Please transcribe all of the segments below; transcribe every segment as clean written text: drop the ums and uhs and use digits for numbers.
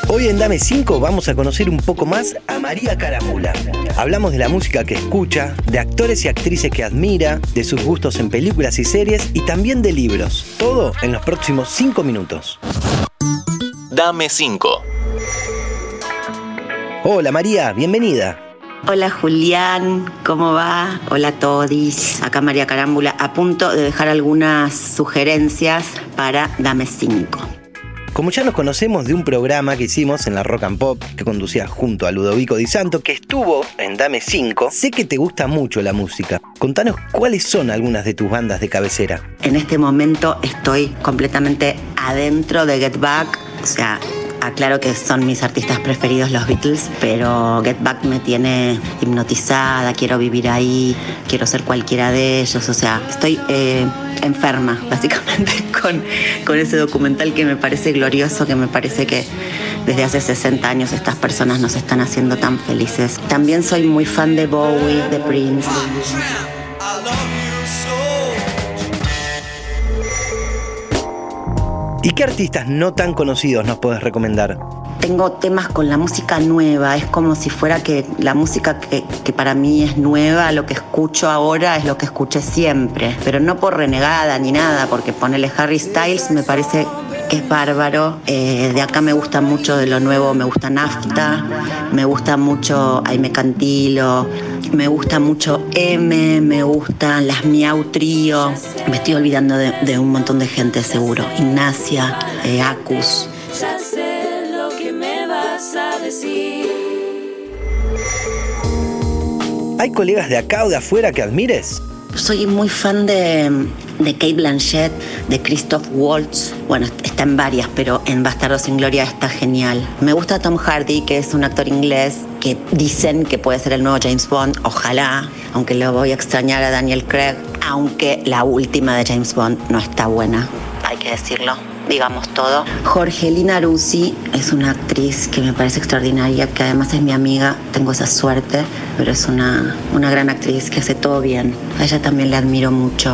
Hoy en Dame 5 vamos a conocer un poco más a María Carámbula. Hablamos de la música que escucha, de actores y actrices que admira, de sus gustos en películas y series y también de libros. Todo en los próximos 5 minutos. Dame 5. Hola María, bienvenida. Hola Julián, ¿cómo va? Hola todis, acá María Carámbula, a punto de dejar algunas sugerencias para Dame 5. Como ya nos conocemos de un programa que hicimos en la Rock and Pop, que conducía junto a Ludovico Di Santo, que estuvo en Dame 5, sé que te gusta mucho la música. Contanos cuáles son algunas de tus bandas de cabecera. En este momento estoy completamente adentro de Get Back, o sea, aclaro que son mis artistas preferidos los Beatles, pero Get Back me tiene hipnotizada, quiero vivir ahí, quiero ser cualquiera de ellos, o sea, estoy enferma básicamente con ese documental que me parece glorioso, que me parece que desde hace 60 años estas personas nos están haciendo tan felices. También soy muy fan de Bowie, de Prince. ¿Y qué artistas no tan conocidos nos puedes recomendar? Tengo temas con la música nueva, es como si fuera que la música que para mí es nueva, lo que escucho ahora es lo que escuché siempre, pero no por renegada ni nada, porque ponerle Harry Styles me parece que es bárbaro. De acá me gusta mucho de lo nuevo, me gusta Nafta, me gusta mucho Aime Cantilo, me gusta mucho M, me gustan las Miau Trío, me estoy olvidando de un montón de gente seguro, Ignacia, Acus. Ya sé lo que me vas a decir. ¿Hay colegas de acá o de afuera que admires? Soy muy fan de Cate Blanchett, de Christoph Waltz. Bueno, está en varias, pero en Bastardos sin Gloria está genial. Me gusta Tom Hardy, que es un actor inglés que dicen que puede ser el nuevo James Bond. Ojalá, aunque lo voy a extrañar a Daniel Craig, aunque la última de James Bond no está buena, hay que decirlo. Digamos todo. Jorgelina Ruzzi es una actriz que me parece extraordinaria, que además es mi amiga, tengo esa suerte, pero es una gran actriz que hace todo bien. A ella también le admiro mucho.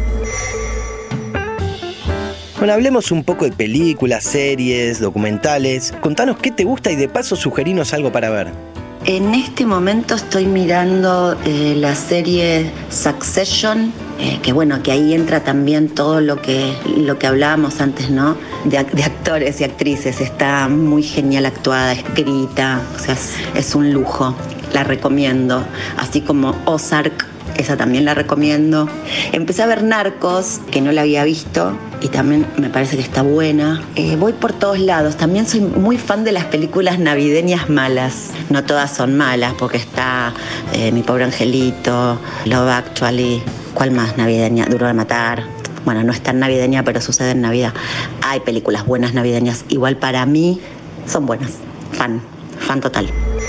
Bueno, hablemos un poco de películas, series, documentales. Contanos qué te gusta y de paso sugerinos algo para ver. En este momento estoy mirando la serie Succession, que ahí entra también todo lo que hablábamos antes, ¿no? De actores y actrices. Está muy genial actuada, escrita, o sea, es un lujo. La recomiendo. Así como Ozark, esa también la recomiendo. Empecé a ver Narcos, que no la había visto, y también me parece que está buena. Voy por todos lados. También soy muy fan de las películas navideñas malas. No todas son malas, porque está Mi Pobre Angelito, Love Actually. ¿Cuál más navideña? Duro de Matar. Bueno, no es tan navideña, pero sucede en Navidad. Hay películas buenas navideñas. Igual para mí son buenas. Fan total.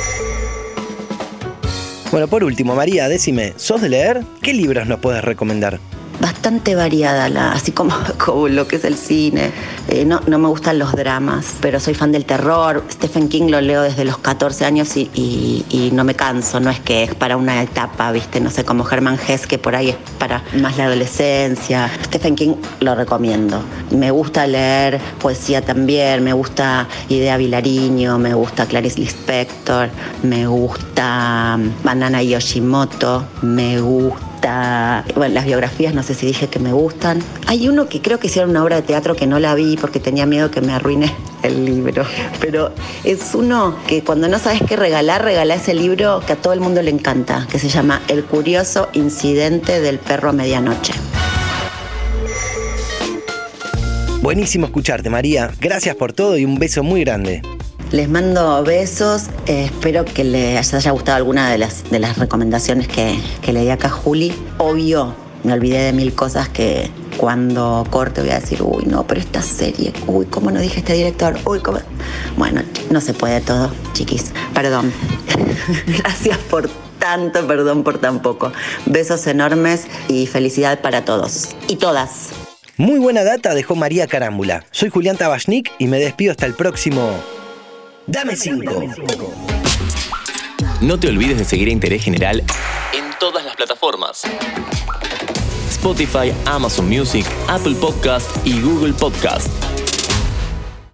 Bueno, por último, María, decime, ¿sos de leer? ¿Qué libros nos puedes recomendar? Bastante variada, así como lo que es el cine. No me gustan los dramas, pero soy fan del terror. Stephen King lo leo desde los 14 años y no me canso. No es que es para una etapa, ¿viste? No sé, como Hermann Hesse, que por ahí es para más la adolescencia. Stephen King lo recomiendo. Me gusta leer poesía también. Me gusta Idea Vilariño, me gusta Clarice Lispector, me gusta Banana Yoshimoto, me gusta... Bueno, las biografías no sé si dije que me gustan. Hay uno que creo que hicieron una obra de teatro que no la vi porque tenía miedo que me arruine el libro. Pero es uno que cuando no sabes qué regalá ese libro que a todo el mundo le encanta, que se llama El curioso incidente del perro a medianoche. Buenísimo escucharte, María. Gracias por todo y un beso muy grande. Les mando besos, espero que les haya gustado alguna de las recomendaciones que le di acá a Juli. Obvio, me olvidé de mil cosas que cuando corte voy a decir, uy, no, pero esta serie, uy, ¿cómo no dije este director? Uy, ¿cómo? Bueno, no se puede todo, chiquis, perdón. Gracias por tanto, perdón por tan poco. Besos enormes y felicidad para todos y todas. Muy buena data dejó María Carámbula. Soy Julián Tabachnik y me despido hasta el próximo... Dame 5. No te olvides de seguir a Interés General en todas las plataformas: Spotify, Amazon Music, Apple Podcast y Google Podcast.